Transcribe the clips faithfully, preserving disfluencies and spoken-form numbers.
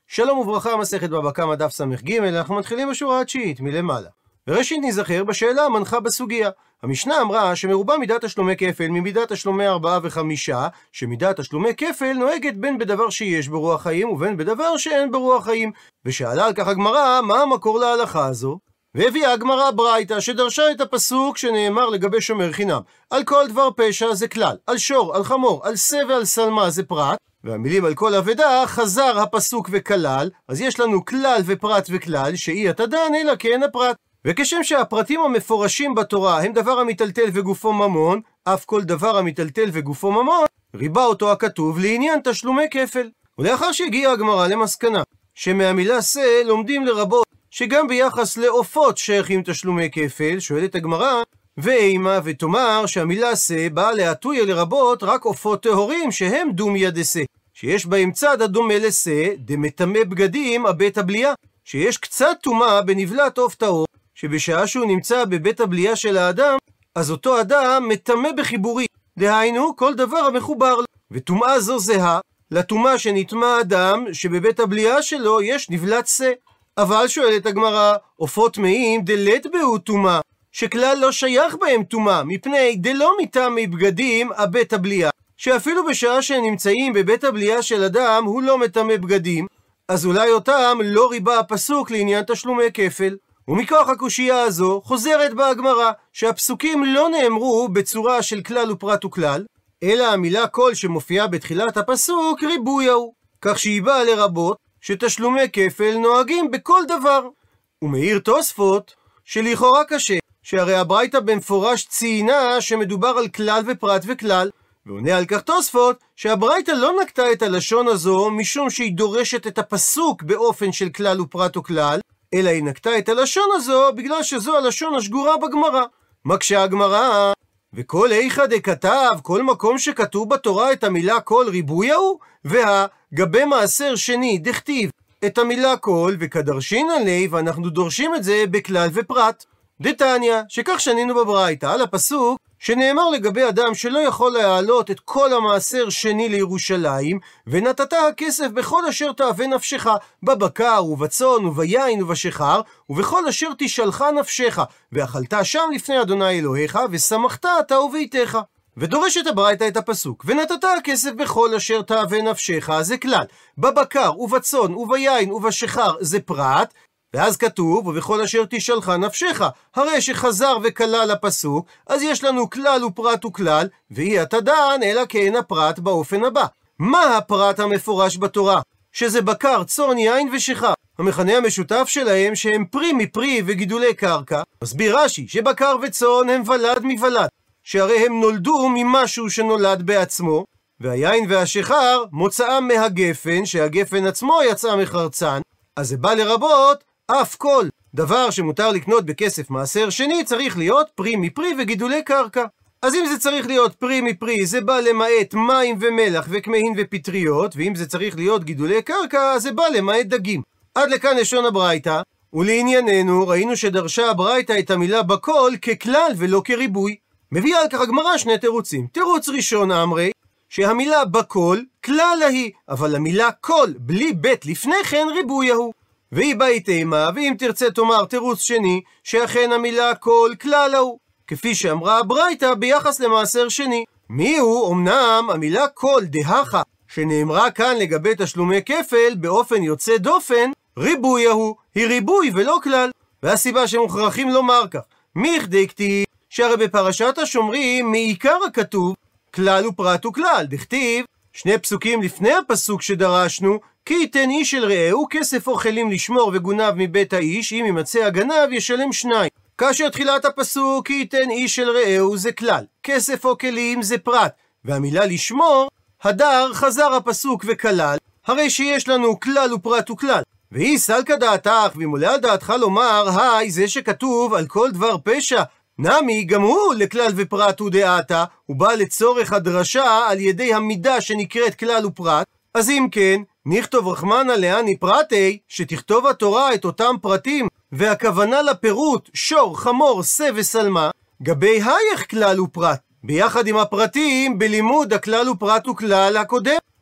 שלום וברכה, מסכת בבא קמא דף ס"ג, אנחנו מתחילים בשורה התשיעית מלמעלה. וראשית נזכר בשאלה המנחה בסוגיה. המשנה אמרה שמרובה מידת תשלומי כפל ממידת תשלומי ארבעה וחמישה, שמידת תשלומי כפל נוהגת בין בדבר שיש ברוח חיים ובין בדבר שאין ברוח חיים. ושאלה על כך הגמרא, מה המקור להלכה הזו? והביאה הגמרא ברייתא שדרשה את הפסוק שנאמר לגבי שומר חינם. על כל דבר פשע זה כלל, על שור, על חמור, על שא ועל שלמה זה פרט, והמילים על כל אבדה חזר הפסוק וכלל, אז יש לנו כלל ופרט וכלל, שאי התדן אלא כן הפרט. וכשם שהפרטים המפורשים בתורה הם דבר המטלטל וגופו ממון, אף כל דבר המטלטל וגופו ממון, ריבה אותו הכתוב לעניין תשלומי כפל. ולאחר שהגיעה הגמרא למסקנה שמהמילה שא לומדים לרבות שגם ביחס לעופות שייכים תשלומי כפל, שואלת הגמרא, ואימה ותאמר שהמילה שא באה להטויה לרבות רק עופות טהורים שהם דומיה דשא, שיש בהם צד הדומה לשא, דמטמא בגדים הבית הבליעה, שיש קצת טומאה בנבלת עוף טהור, שבשעה שהוא נמצא בבית הבליעה של האדם, אז אותו אדם מטמא בחיבורי, דהיינו כל דבר המחובר לו, וטומאה זו זהה לטומאה שנטמא אדם שבבית הבליעה שלו יש נבלת שא. אבל שואלת הגמרא, עופות טמאים דלת בהו טומאה, שכלל לא שייך בהם טומאה, מפני דלא מטמאי בגדים הבית הבליעה, שאפילו בשעה שהם נמצאים בבית הבליעה של אדם הוא לא מטמא בגדים, אז אולי אותם לא ריבה הפסוק לעניין תשלומי כפל. ומכוח הקושייה הזו חוזרת בה הגמרא שהפסוקים לא נאמרו בצורה של כלל ופרט וכלל, אלא המילה כל שמופיעה בתחילת הפסוק ריבוי הוא, כך שהיא באה לרבות שתשלומי כפל נוהגים בכל דבר. ומעיר תוספות שלכאורה קשה, שהרי הברייתא במפורש ציינה שמדובר על כלל ופרט וכלל, ועונה על כך תוספות שהברייתא לא נקטה את הלשון הזו משום שהיא דורשת את הפסוק באופן של כלל ופרט וכלל, אלא היא נקטה את הלשון הזו בגלל שזו הלשון השגורה בגמרא. מקשה הגמרא, וכל איכא דכתב, כל מקום שכתוב בתורה את המילה כל ריבוי הוא, והגבי מעשר שני דכתיב את המילה כל וכדרשין עלי, ואנחנו דורשים את זה בכלל ופרט. דתניא, שכך שנינו בברייתא על הפסוק שנאמר לגבי אדם שלא יכול להעלות את כל המעשר שני לירושלים, ונתת הכסף בכל אשר תאווה נפשך, בבקר ובצאן וביין ובשיכר, ובכל אשר תשלחה נפשך, ואכלת שם לפני אדוני אלוהיך, ושמחת אתה וביתך. ודורשת הברייתא את הפסוק, ונתת הכסף בכל אשר תאווה נפשך, זה כלל, בבקר ובצאן וביין ובשיכר זה פרט, ואז כתוב, ובכל אשר תשלחה נפשך, הרי שחזר וכלל הפסוק, אז יש לנו כלל ופרט וכלל, ואי התדן אלא כן הפרט באופן הבא. מה הפרט המפורש בתורה? שזה בקר, צאן, יין ושיכר. המכנה המשותף שלהם שהם פרי מפרי וגידולי קרקע. מסביר רש"י שבקר וצאן הם ולד מוולד, שהרי הם נולדו ממשהו שנולד בעצמו, והיין והשיכר מוצאם מהגפן, שהגפן עצמו יצא מחרצן, אז זה בא לרבות אף כל דבר שמותר לקנות בכסף מעשר שני צריך להיות פרי מפרי וגידולי קרקע. אז אם זה צריך להיות פרי מפרי זה בא למעט מים ומלח וכמהין ופטריות, ואם זה צריך להיות גידולי קרקע זה בא למעט דגים. עד לכאן לשון הברייתא, ולענייננו ראינו שדרשה הברייתא את המילה בכל ככלל ולא כריבוי. מביאה על כך הגמרא שני תירוצים. תירוץ ראשון אמרי שהמילה בכל כלל היא, אבל המילה כל בלי בית לפני כן ריבוי הוא. והיא בית אימה, ואם תרצה תאמר תירוץ שני, שאכן המילה כל כלל הוא, כפי שאמרה הברייתא ביחס למעשר שני. מי הוא? אמנם המילה כל דהכה, שנאמרה כאן לגבי תשלומי כפל באופן יוצא דופן, ריבוי הוא, היא ריבוי ולא כלל. והסיבה שמוכרחים לומר כך, מכדי כתיב, שהרי בפרשת השומרים מעיקר הכתוב, כלל ופרט וכלל, דכתיב, שני פסוקים לפני הפסוק שדרשנו, כי ייתן איש אל רעהו כסף אוכלים לשמור וגונב מבית האיש, אם ימצא הגנב ישלם שניים. כאשר תחילת הפסוק כי ייתן איש אל רעהו זה כלל, כסף אוכלים זה פרט, והמילה לשמור, הדר חזר הפסוק וכלל, הרי שיש לנו כלל ופרט וכלל. והיא סלקא דעתך, ואם עולה על דעתך לומר, היי, זה שכתוב על כל דבר פשע, נמי גם הוא לכלל ופרט ודעתה, הוא בא לצורך הדרשה על ידי המידה שנקראת כלל ופרט, אז אם כן, נכתוב רחמנא לאני פרטי, שתכתוב התורה את אותם פרטים, והכוונה לפירוט שור, חמור, שא ושלמה, גבי הייך כלל ופרט, ביחד עם הפרטים בלימוד הכלל ופרט וכלל הקודם.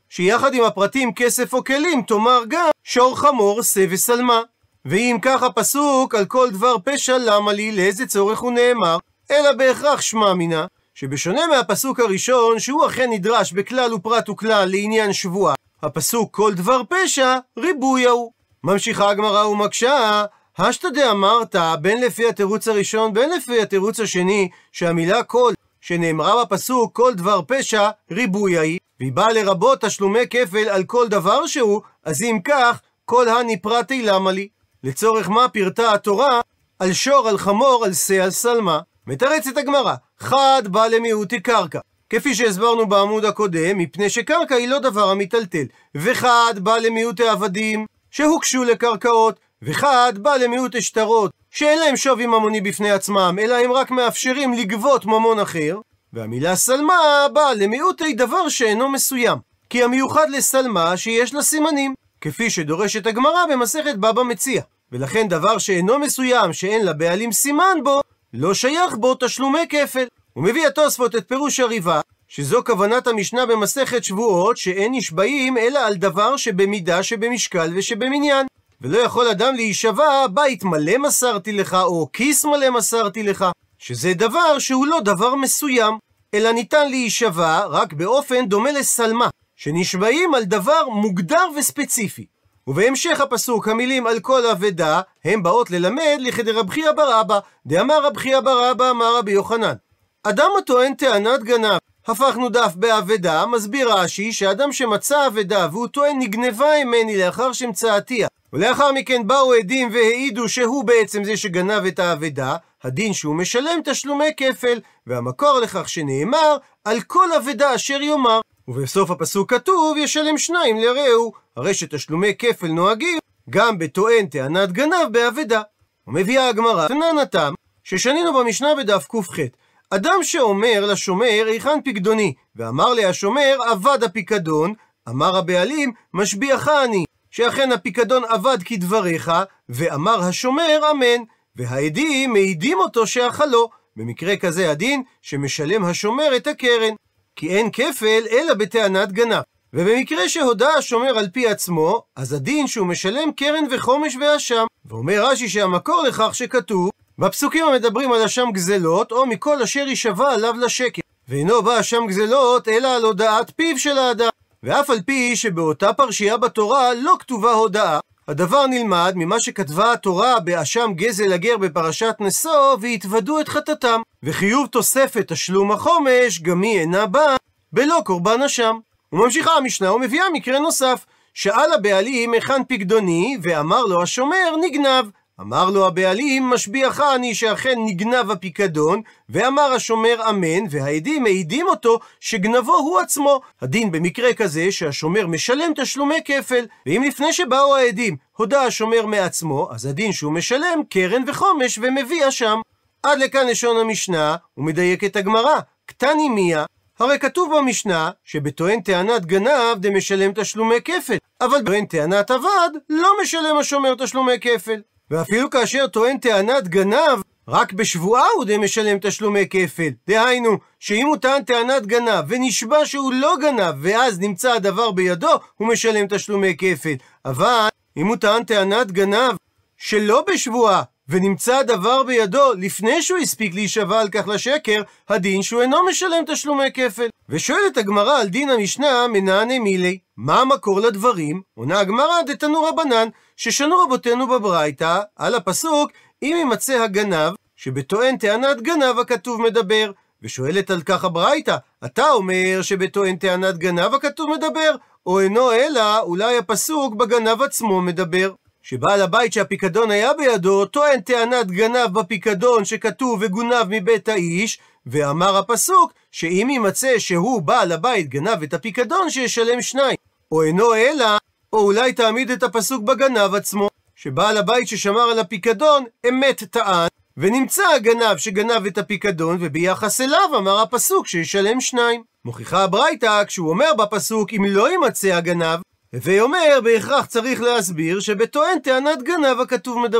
שיחד עם הפרטים כסף או כלים תאמר גם שור חמור שא ושלמה. ואם כך הפסוק על כל דבר פשע למה לי, לאיזה צורך הוא נאמר? אלא בהכרח שמע מינה, שבשונה מהפסוק הראשון שהוא אכן נדרש בכלל ופרט וכלל לעניין שבועה, הפסוק כל דבר פשע ריבוי הוא. ממשיכה הגמרא ומקשה, השתא דאמרת בין לפי התירוץ הראשון בין לפי התירוץ השני שהמילה כל שנאמרה בפסוק כל דבר פשע ריבוי היא, והיא באה לרבות תשלומי כפל על כל דבר שהוא, אז אם כך כל הנפרטי למה לי? לצורך מה פירטה התורה על שור, על חמור, על שא, על שלמה? מתרצת הגמרא, חד בא למיעוטי קרקע, כפי שהסברנו בעמוד הקודם, מפני שקרקע היא לא דבר המטלטל, וחד בא למיעוטי עבדים שהוקשו לקרקעות, וחד בא למיעוטי שטרות שאין להם שווי ממוני בפני עצמם, אלא הם רק מאפשרים לגבות ממון אחר. והמילה סלמה באה למיעוטי דבר שאינו מסוים, כי המיוחד לסלמה שיש לה סימנים, כפי שדורשת הגמרא במסכת בבא מציע. ולכן דבר שאינו מסוים שאין לבעלים סימן בו, לא שייך בו תשלומי כפל. ומביא התוספות את פירוש הריבה, שזו כוונת המשנה במסכת שבועות, שאין נשבעים אלא על דבר שבמידה שבמשקל ושבמניין. ולא יכול אדם להישבע בית מלא מסרתי לך או כיס מלא מסרתי לך, שזה דבר שהוא לא דבר מסוים, אלא ניתן להישבע רק באופן דומה לסלמה, שנשבעים על דבר מוגדר וספציפי. ובהמשך הפסוק המילים על כל אבדה הם באות ללמד לכדי רב חייא בר אבא, דאמר רב חייא בר אבא אמר רבי יוחנן, אדם הטוען טענת גנב, הפכנו דף באבדה, מסביר רש"י שאדם שמצא אבדה והוא טוען נגנבה ממני לאחר שמצאתיה, ולאחר מכן באו עדים והעידו שהוא בעצם זה שגנב את האבדה, הדין שהוא משלם תשלומי כפל, והמקור לכך שנאמר על כל אבדה אשר יאמר. ובסוף הפסוק כתוב ישלם שניים לרעהו, הרי שתשלומי כפל נוהגים גם בטוען טענת גנב באבדה. ומביאה הגמרא תנן התם ששנינו במשנה בדף ק"ח, אדם שאומר לשומר היכן פיקדוני, ואמר לי השומר אבד הפיקדון, אמר הבעלים משביעך אני, שאכן הפיקדון אבד כדבריך, ואמר השומר אמן, והעדים מעידים אותו שאכלו. במקרה כזה הדין שמשלם השומר את הקרן, כי אין כפל אלא בטענת גנב. ובמקרה שהודע השומר על פי עצמו, אז הדין שהוא משלם קרן וחומש ואשם. ואומר רש"י שהמקור לכך שכתוב בפסוקים המדברים על אשם גזלות, או מכל אשר יישבע עליו לשקר, ואינו בא אשם גזלות אלא על הודעת פיו של האדם. ואף על פי שבאותה פרשייה בתורה לא כתובה הודעה, הדבר נלמד ממה שכתבה התורה באשם גזל הגר בפרשת נשוא, והתוודו את חטאתם, וחיוב תוספת תשלום החומש גם היא אינה באה בלא קורבן אשם. וממשיכה המשנה ומביאה מקרה נוסף, שאל הבעלים היכן פיקדוני, ואמר לו השומר נגנב. אמר לו הבעלים משביעך אני שאכן נגנב הפיקדון, ואמר השומר אמן, והעדים מעידים אותו שגנבו הוא עצמו. הדין במקרה כזה שהשומר משלם תשלומי כפל, ואם לפני שבאו העדים הודע השומר מעצמו, אז הדין שהוא משלם קרן וחומש ומביא אשם. עד לכאן לשון המשנה, ומדייקת הגמרא, קטני מיה, הרי כתוב במשנה שבטוען טענת גנב דמשלם תשלומי כפל, אבל טוען טענת אבד לא משלם השומר תשלומי כפל. ואפילו כאשר טוען טענת גנב, רק בשבועה הוא די משלם תשלומי כפל. דהיינו, שאם הוא טען טענת גנב ונשבע שהוא לא גנב, ואז נמצא הדבר בידו, הוא משלם תשלומי כפל. אבל אם הוא טען טענת גנב שלא בשבועה, ונמצא הדבר בידו לפני שהוא הספיק להישבע על כך לשקר, הדין שהוא אינו משלם תשלומי כפל. ושואלת הגמרא על דין המשנה מנעני מילי, מה המקור לדברים? עונה הגמרא דתנו רבנן, ששנו רבותינו בברייתא על הפסוק אם יימצא הגנב, שבטוען טענת גנב הכתוב מדבר. ושואלת על כך הברייתא, אתה אומר שבטוען טענת גנב הכתוב מדבר, או אינו אלא אולי הפסוק בגנב עצמו מדבר, שבעל הבית שהפיקדון היה בידו טוען טענת גנב בפיקדון שכתוב וגונב מבית האיש, ואמר הפסוק שאם יימצא שהוא בעל הבית גנב את הפיקדון שישלם שניים. או אינו אלא, או אולי תעמיד את הפסוק בגנב עצמו, שבעל הבית ששמר על הפיקדון אמת טען, ונמצא הגנב שגנב את הפיקדון, וביחס אליו אמר הפסוק שישלם שניים. מוכיחה הברייתא כשהוא אומר בפסוק אם לא יימצא הגנב, ואומר בהכרח צריך להסביר שבטוען טענת גנב הכתוב מדבר.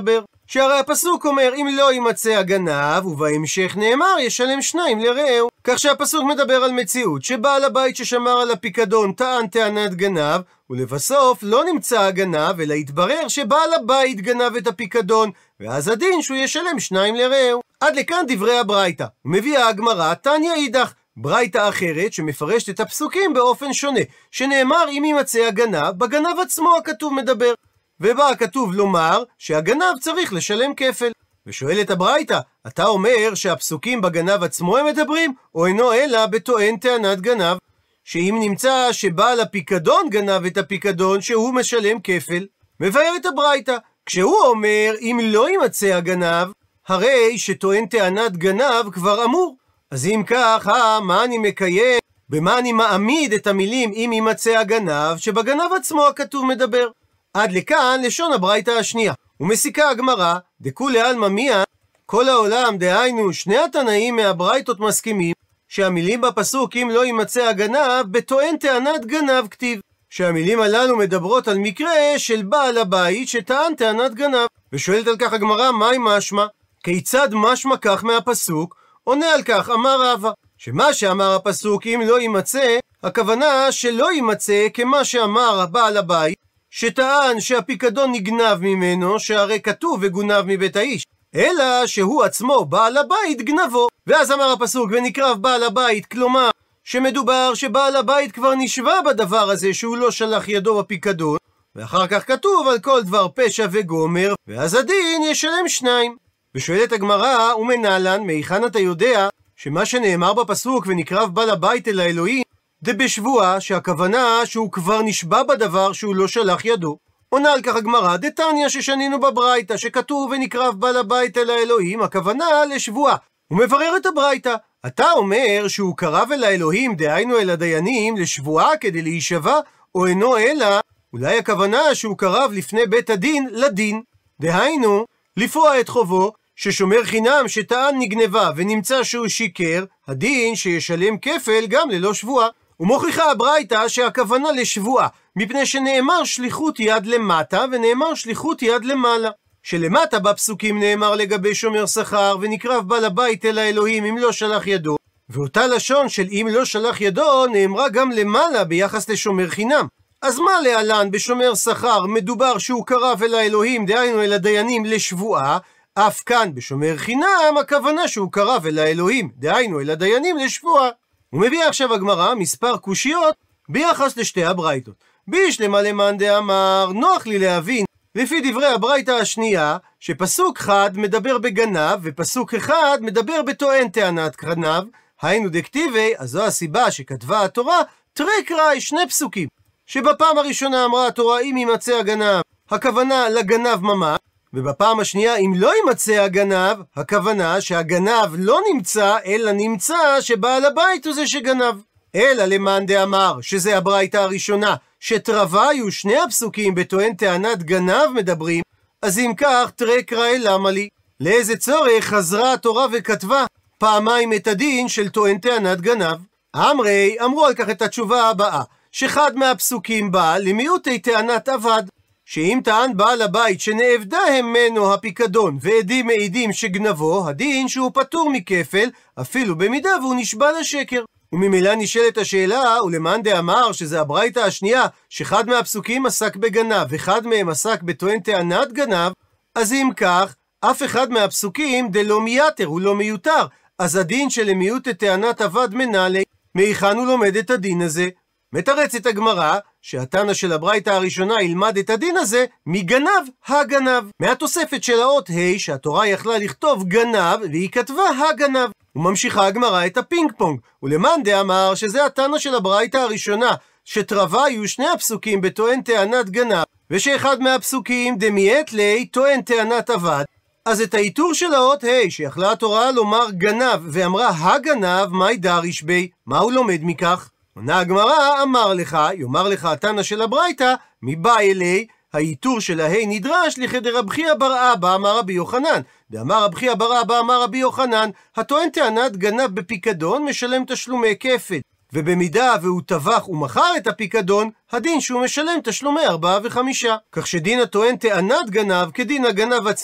שהרי הפסוק אומר אם לא יימצא הגנב, ובהמשך נאמר ישלם שניים לרעהו. כך שהפסוק מדבר על מציאות שבעל הבית ששמר על הפיקדון טען טענת גנב, ולבסוף לא נמצא הגנב, אלא התברר שבעל הבית גנב את הפיקדון, ואז הדין שהוא ישלם שניים לרעהו. עד לכאן דברי הברייתא. ומביאה הגמרא תניא אידך, ברייתא אחרת שמפרשת את הפסוקים באופן שונה, שנאמר אם יימצא הגנב, בגנב עצמו הכתוב מדבר, ובא הכתוב לומר שהגנב צריך לשלם כפל. ושואלת הברייתא, אתה אומר שהפסוקים בגנב עצמו הם מדברים, או אינו אלא בטוען טענת גנב, שאם נמצא שבעל הפיקדון גנב את הפיקדון שהוא משלם כפל? מבארת הברייתא, כשהוא אומר אם לא יימצא הגנב, הרי שטוען טענת גנב כבר אמור. אז אם כך, אה, מה אני מקיים? במה אני מעמיד את המילים אם יימצא הגנב, שבגנב עצמו הכתוב מדבר? עד לכאן לשון הברייתא השנייה. ומסיקה הגמרא, דכולי עלמא מיעא, כל העולם, דהיינו שני התנאים מהברייתות מסכימים, שהמילים בפסוק אם לא יימצא הגנב, בטוען טענת גנב כתיב. שהמילים הללו מדברות על מקרה של בעל הבית שטען טענת גנב. ושואלת על כך הגמרא, מהי משמע? כיצד משמע כך מהפסוק? עונה על כך אמר רבא, שמה שאמר הפסוק אם לא יימצא, הכוונה שלא יימצא כמה שאמר בעל הבית, שטען שהפיקדון נגנב ממנו, שהרי כתוב וגונב מבית האיש, אלא שהוא עצמו בעל הבית גנבו. ואז אמר הפסוק ונקרב בעל הבית, כלומר שמדובר שבעל הבית כבר נשבע בדבר הזה שהוא לא שלח ידו בפיקדון, ואחר כך כתוב על כל דבר פשע וגומר, ואז הדין ישלם שניים. ושואלת הגמרא, ומנהלן, מהיכן אתה יודע שמה שנאמר בפסוק ונקרב בעל הבית אל האלוהים, דבשבועה, שהכוונה שהוא כבר נשבע בדבר שהוא לא שלח ידו? עונה על כך הגמרא, דתניא ששנינו בברייתא, שכתוב ונקרב בעל הבית אל האלוהים, הכוונה לשבועה. הוא מברר את הברייתא, אתה אומר שהוא קרב אל האלוהים, דהיינו אל הדיינים, לשבועה כדי להישבע, או אינו אלא, אולי הכוונה שהוא קרב לפני בית הדין לדין, דהיינו לפרוע את חובו, ששומר חינם שטען נגנבה ונמצא שהוא שיקר, הדין שישלם כפל גם ללא שבועה. ומוכיחה הברייתא שהכוונה לשבועה, מפני שנאמר שליחות יד למטה ונאמר שליחות יד למעלה. שלמטה בפסוקים נאמר לגבי שומר שכר ונקרב בעל הבית אל האלוהים אם לא שלח ידו, ואותה לשון של אם לא שלח ידו נאמרה גם למעלה ביחס לשומר חינם. אז מה להלן בשומר שכר מדובר שהוא קרב אל האלוהים, דהיינו אל הדיינים, לשבועה, אף כאן בשומר חינם הכוונה שהוא קרב אל האלוהים, דהיינו אל הדיינים, לשבועה. הוא מביא עכשיו הגמרא מספר קושיות ביחס לשתי הברייתות. בישלמה למאן דאמר, נוח לי להבין לפי דברי הברייתא השנייה שפסוק אחד מדבר בגנב ופסוק אחד מדבר בטוען טענת גנב, היינו דכתיבי, אז זו הסיבה שכתבה התורה תרי קראי, שני פסוקים, שבפעם הראשונה אמרה התורה אם יימצא הגנב, הכוונה לגנב ממש, ובפעם השנייה אם לא יימצא הגנב, הכוונה שהגנב לא נמצא, אלא נמצא שבעל הבית הוא זה שגנב. אלא למאן דאמר, שזה הברייתא הראשונה, שתרוויו שני הפסוקים בטוען טענת גנב מדברים, אז אם כך תרי קראי למה לי? לאיזה צורך חזרה התורה וכתבה פעמיים את הדין של טוען טענת גנב? אמרי, אמרו על כך את התשובה הבאה, שאחד מהפסוקים בא למיעוטי טענת עבד, שאם טען בעל הבית שנאבדה ממנו הפיקדון ועדים מעידים שגנבו, הדין שהוא פטור מכפל אפילו במידה והוא נשבע לשקר. וממילא נשאלת השאלה, ולמאן דאמר שזה הברייתא השנייה שאחד מהפסוקים עסק בגנב ואחד מהם עסק בטוען טענת גנב, אז אם כך אף אחד מהפסוקים דלא מייתר, הוא לא מיותר, אז הדין שלמיעוט טענת עבד מנהלי, מהיכן הוא לומד את הדין הזה? מתרצת הגמרא שהתנא של הברייתא הראשונה ילמד את הדין הזה מגנב הגנב, מהתוספת של האות ה' שהתורה יכלה לכתוב גנב והיא כתבה הגנב. וממשיכה הגמרא את הפינג פונג, ולמאן דאמר שזה התנא של הברייתא הראשונה שתרוויו שני הפסוקים בטוען טענת גנב ושאחד מהפסוקים דמיית לי טוען טענת עבד, אז את האיתור של האות ה' שיכלה התורה לומר גנב ואמרה הגנב, מהי דריש בי? מה הוא לומד מכך? עונה הגמרא, אמר לך, יאמר לך התנא של הברייתא, מבא אלי, האיתור של ההי נדרש לכדי רב חייא בר אבא אמר רבי יוחנן, דאמר רב חייא בר אבא אמר רבי יוחנן, הטוען טענת גנב בפיקדון משלם תשלומי כפל, ובמידה והוא טבח ומכר את הפיקדון, הדין שהוא משלם תשלומי ארבעה וחמישה. כך שדין הטוען טענת גנב כדין הגנב עצמו,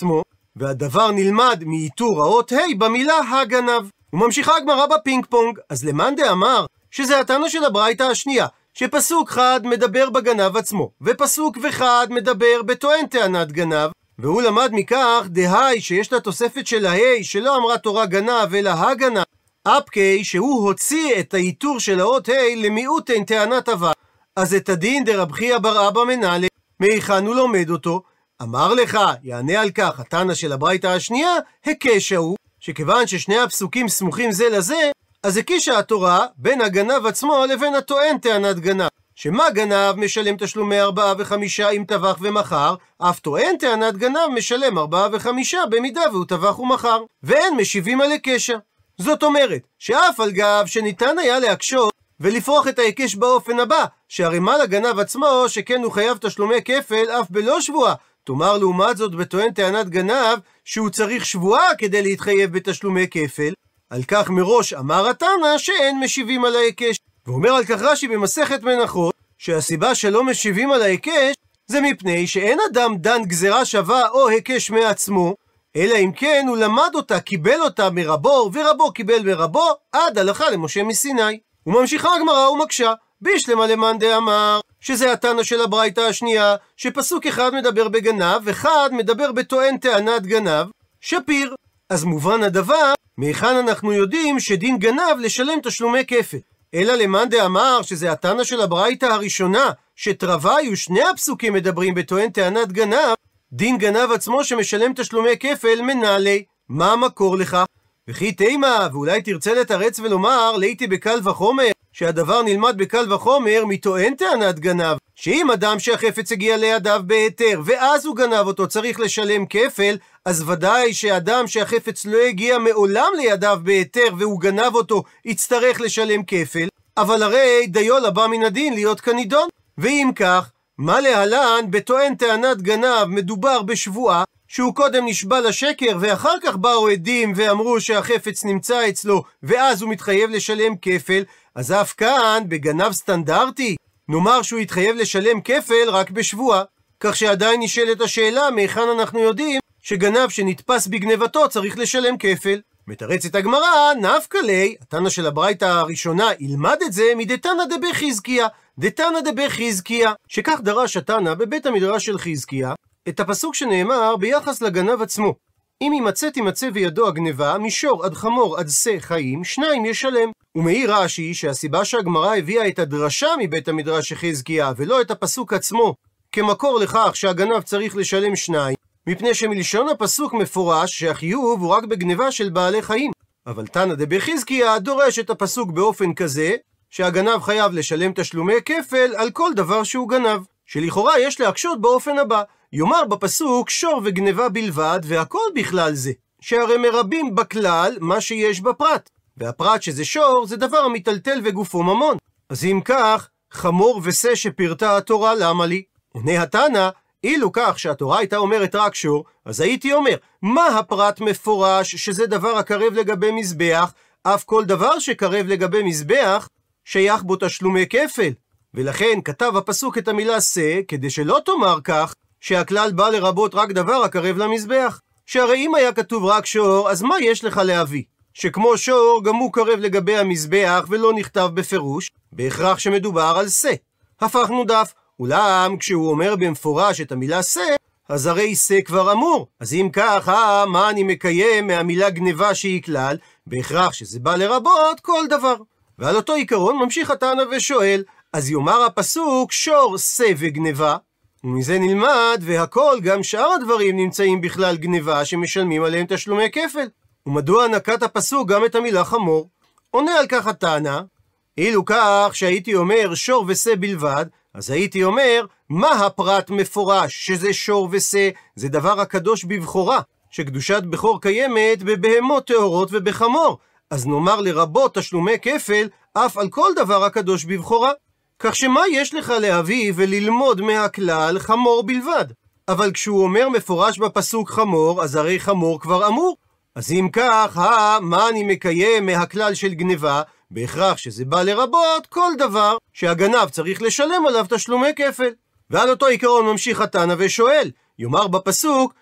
והדבר נלמד מאיתור האות ה' במילה הגנב. וממשיכה הגמרא בפינג פונג, אז למאן דאמר שזה התנא של הברייתא השנייה, שפסוק אחד מדבר בגנב עצמו, ופסוק אחד מדבר בטוען טענת גנב, והוא למד מכך דהי שיש לה תוספת של ההי שלא אמרה תורה גנב אלא הגנב, אפקי שהוא הוציא את האיתור של האות ה' למיעוטין טענת אבל, אז את הדין דרב חייא בר אבא מנהלה, מהיכן הוא לומד אותו? אמר לך, יענה על כך התנא של הברייתא השנייה, הקשה הוא, שכיוון ששני הפסוקים סמוכים זה לזה, אז הקישה התורה בין הגנב עצמו לבין הטוען טענת גנב, שמה גנב משלם תשלומי ארבעה וחמישה אם טבח ומכר, אף טוען טענת גנב משלם ארבעה וחמישה במידה והוא טבח ומכר, ואין משיבים על הקשה. זאת אומרת, שאף על גב שניתן היה להקשות ולפרוח את ההיקש באופן הבא, שהרי מה לגנב עצמו שכן הוא חייב תשלומי כפל אף בלא שבועה, תאמר לעומת זאת בטוען טענת גנב שהוא צריך שבועה כדי להתחייב בתשלומי כפל, על כך מראש אמר התנא שאין משיבים על ההיקש. ואומר על כך רש"י במסכת מנחות, שהסיבה שלא משיבים על ההיקש זה מפני שאין אדם דן גזרה שווה או היקש מעצמו, אלא אם כן הוא למד אותה, קיבל אותה מרבו, ורבו קיבל מרבו, עד הלכה למשה מסיני. וממשיכה הגמרא ומקשה, בישלמה למאן דאמר שזה התנא של הברייתא השנייה, שפסוק אחד מדבר בגנב, ואחד מדבר בטוען טענת גנב, שפיר. אז מובן הדבר, מהיכן אנחנו יודעים שדין גנב לשלם תשלומי כפל? אלא למאן דאמר שזה התנא של הברייתא הראשונה, שתרוויו שני הפסוקים מדברים בטוען טענת גנב, דין גנב עצמו שמשלם תשלומי כפל מנהלי. מה המקור לכך? וכי תימה, ואולי תרצה לתרץ ולומר, ליתי בקל וחומר, שהדבר נלמד בקל וחומר מטוען טענת גנב, שאם אדם שהחפץ הגיע לידיו בהיתר, ואז הוא גנב אותו צריך לשלם כפל, אז ודאי שאדם שהחפץ לא הגיע מעולם לידיו בהיתר, והוא גנב אותו, יצטרך לשלם כפל, אבל הרי דיו לבא מן הדין להיות כנידון. ואם כך, מה להלן בטוען טענת גנב מדובר בשבועה, שהוא קודם נשבע לשקר ואחר כך באו עדים ואמרו שהחפץ נמצא אצלו ואז הוא מתחייב לשלם כפל, אז אף כאן בגנב סטנדרטי נאמר שהוא יתחייב לשלם כפל רק בשבועה, כך שעדיין נשאלת השאלה מהיכן אנחנו יודעים שגנב שנתפס בגנבתו צריך לשלם כפל. מתרצת הגמרא, נפקא ליה, התנא של הברייתא הראשונה ילמד את זה מדתנא דבחזקיה, דתנא דבחזקיה, שכך דרש התנא בבית המדרש של חזקיה את הפסוק שנאמר ביחס לגנב עצמו, אם ימצא תימצא בידו הגנבה משור עד חמור עד שא חיים שניים ישלם. ומעיר רש"י שהסיבה שהגמרא הביאה את הדרשה מבית המדרש של חזקיה ולא את הפסוק עצמו כמקור לכך שהגנב צריך לשלם שניים, מפני שמלשון הפסוק מפורש שהחיוב הוא רק בגנבה של בעלי חיים, אבל תנא דבחזקיה דורש את הפסוק באופן כזה שהגנב חייב לשלם תשלומי כפל על כל דבר שהוא גנב, שלכאורה יש להקשות באופן הבא, יאמר בפסוק שור וגנבה בלבד והכל בכלל זה, שהרי מרבים בכלל מה שיש בפרט, והפרט שזה שור זה דבר המטלטל וגופו ממון, אז אם כך חמור ושא שפרטה התורה למה לי? עונה התנא, אילו כך שהתורה הייתה אומרת רק שור, אז הייתי אומר, מה הפרט מפורש שזה דבר הקרב לגבי מזבח, אף כל דבר שקרב לגבי מזבח שייך בו תשלומי כפל, ולכן כתב הפסוק את המילה שא כדי שלא תאמר כך שהכלל בא לרבות רק דבר הקרב למזבח, שהרי אם היה כתוב רק שור אז מה יש לך להביא? שכמו שור גם הוא קרב לגבי המזבח ולא נכתב בפירוש, בהכרח שמדובר על שא. הפכנו דף, אולם כשהוא אומר במפורש את המילה שא, אז הרי שא כבר אמור, אז אם כך, אה, מה אני מקיים מהמילה גנבה שהיא כלל? בהכרח שזה בא לרבות כל דבר. ועל אותו עיקרון ממשיך התנא ושואל, אז יאמר הפסוק שור שא וגנבה, ומזה נלמד והכל גם שאר הדברים נמצאים בכלל גנבה שמשלמים עליהם תשלומי כפל. ומדוע נקט הפסוק גם את המילה חמור? עונה על כך התנא, אילו כך שהייתי אומר שור ושא בלבד, אז הייתי אומר מה הפרט מפורש שזה שור ושא, זה דבר הקדוש בבחורה, שקדושת בכור קיימת בבהמות טהורות ובחמור, אז נאמר לרבות תשלומי כפל אף על כל דבר הקדוש בבחורה, כך שמה יש לך להביא וללמוד מהכלל חמור בלבד? אבל כשהוא אומר מפורש בפסוק חמור, אז הרי חמור כבר אמור, אז אם כך, אה, מה אני מקיים מהכלל של גנבה? בהכרח שזה בא לרבות כל דבר שהגנב צריך לשלם עליו תשלומי כפל. ועל אותו עיקרון ממשיך התנא ושואל, יאמר בפסוק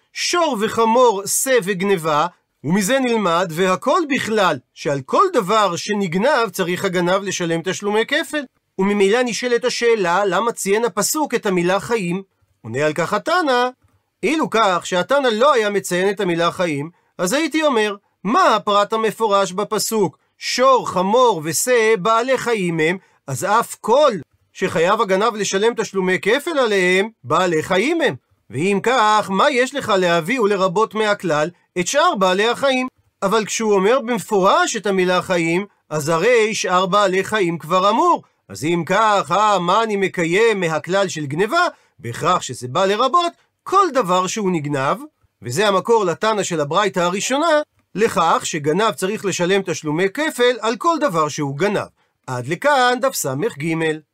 שור וחמור, שא וגנבה, ומזה נלמד, והכל בכלל, שעל כל דבר שנגנב צריך הגנב לשלם תשלומי כפל. וממילא נשאלת השאלה, למה ציין הפסוק את המילה חיים? עונה על כך התנא, אילו כך שהתנא לא היה מציין את המילה חיים, אז הייתי אומר, מה הפרט המפורש בפסוק? שור, חמור ושא בעלי חיים הם, אז אף כל שחייב הגנב לשלם תשלומי כפל עליהם, בעלי חיים הם. ואם כך, מה יש לך להביא ולרבות מהכלל? את שאר בעלי החיים. אבל כשהוא אומר במפורש את המילה חיים, אז הרי שאר בעלי חיים כבר אמור. אז אם כך, אה, מה אני מקיים מהכלל של גניבה? בהכרח שזה בא לרבות כל דבר שהוא נגנב, וזה המקור לתנא של הברייתא הראשונה, לכך שגנב צריך לשלם תשלומי כפל על כל דבר שהוא גנב. עד לכאן דף סמך ג'.